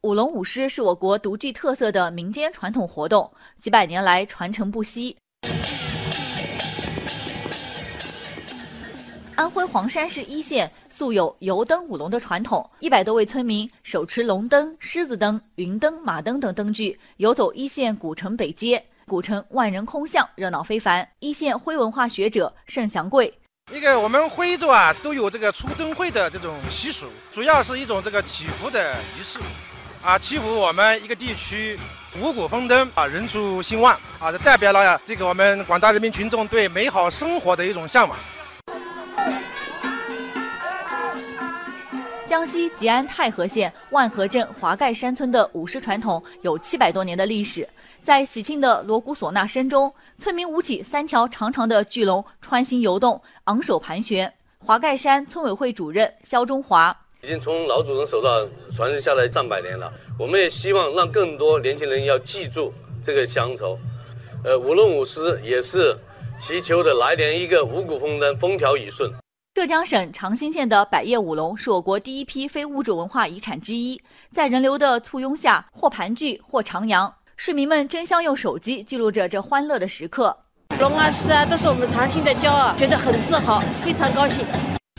舞龙舞狮是我国独具特色的民间传统活动，几百年来传承不息。安徽黄山市一县素有游灯舞龙的传统，100多位村民手持龙灯、狮子灯、云灯、马灯等灯具，游走一县古城北街，古城万人空巷，热闹非凡。一县徽文化学者盛祥贵。 我们徽州都有这个出灯会的这种习俗，主要是一种这个祈福的仪式，祈福我们一个地区五谷丰登人畜兴旺这代表了这个我们广大人民群众对美好生活的一种向往。 江西吉安太和县万和镇华盖山村的舞狮传统有700多年的历史，在喜庆的锣鼓唢呐声中，村民舞起3条长长的巨龙穿行游动，昂首盘旋。华盖山村委会主任肖中华： 已经从老祖宗手上传承下来上百年了，我们也希望让更多年轻人要记住这个乡愁。舞龙舞狮也是祈求的来年一个五谷丰登、风调雨顺。 浙江省长兴县的百叶舞龙是我国第一批非物质文化遗产之一，在人流的簇拥下，或盘踞，或徜徉，市民们争相用手机记录着这欢乐的时刻。 龙狮都是我们长兴的骄傲，觉得很自豪，非常高兴。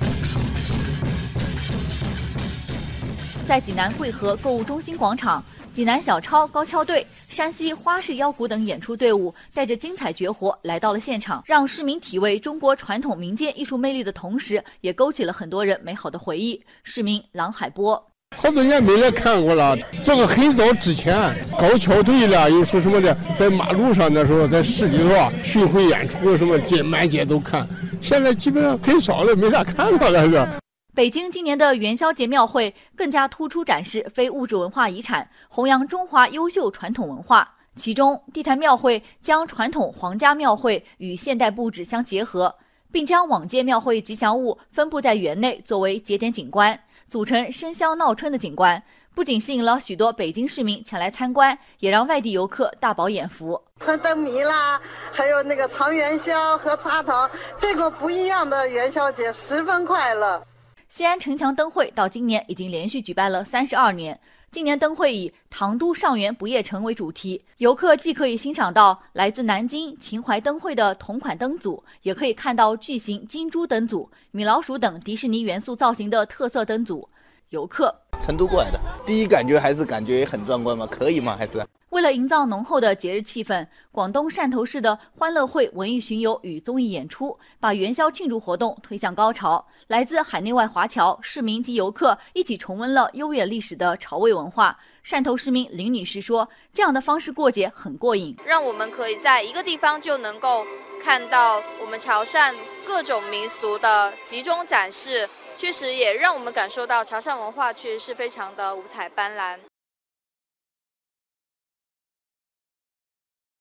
在济南贵和购物中心广场，济南小超高跷队、山西花式腰鼓等演出队伍带着精彩绝活来到了现场，让市民体味中国传统民间艺术魅力的同时，也勾起了很多人美好的回忆。市民郎海波： 好多年没来看过了，这个很早之前高跷队了，又说什么的，在马路上的时候，在市里头巡回演出，什么满街都看，现在基本上很少了，没啥看到了是。 北京今年的元宵节庙会更加突出展示非物质文化遗产，弘扬中华优秀传统文化。其中，地坛庙会将传统皇家庙会与现代布置相结合，并将往届庙会吉祥物分布在园内作为节点景观，组成生肖闹春的景观。不仅吸引了许多北京市民前来参观，也让外地游客大饱眼福。 穿灯谜啦，还有那个藏元宵和插头，这个不一样的元宵节十分快乐。 西安城墙灯会到今年已经连续举办了32年。今年灯会以唐都上元不夜城为主题，游客既可以欣赏到来自南京秦淮灯会的同款灯组，也可以看到巨型金猪灯组、米老鼠等迪士尼元素造型的特色灯组。游客： 成都过来的，第一感觉还是感觉很壮观吗？可以吗？还是？ 为了营造浓厚的节日气氛，广东汕头市的欢乐会文艺巡游与综艺演出把元宵庆祝活动推向高潮。来自海内外华侨、市民及游客一起重温了悠远历史的潮味文化。汕头市民林女士说：“这样的方式过节很过瘾， 让我们可以在一个地方就能够看到我们潮汕各种民俗的集中展示，确实也让我们感受到潮汕文化确实是非常的五彩斑斓。”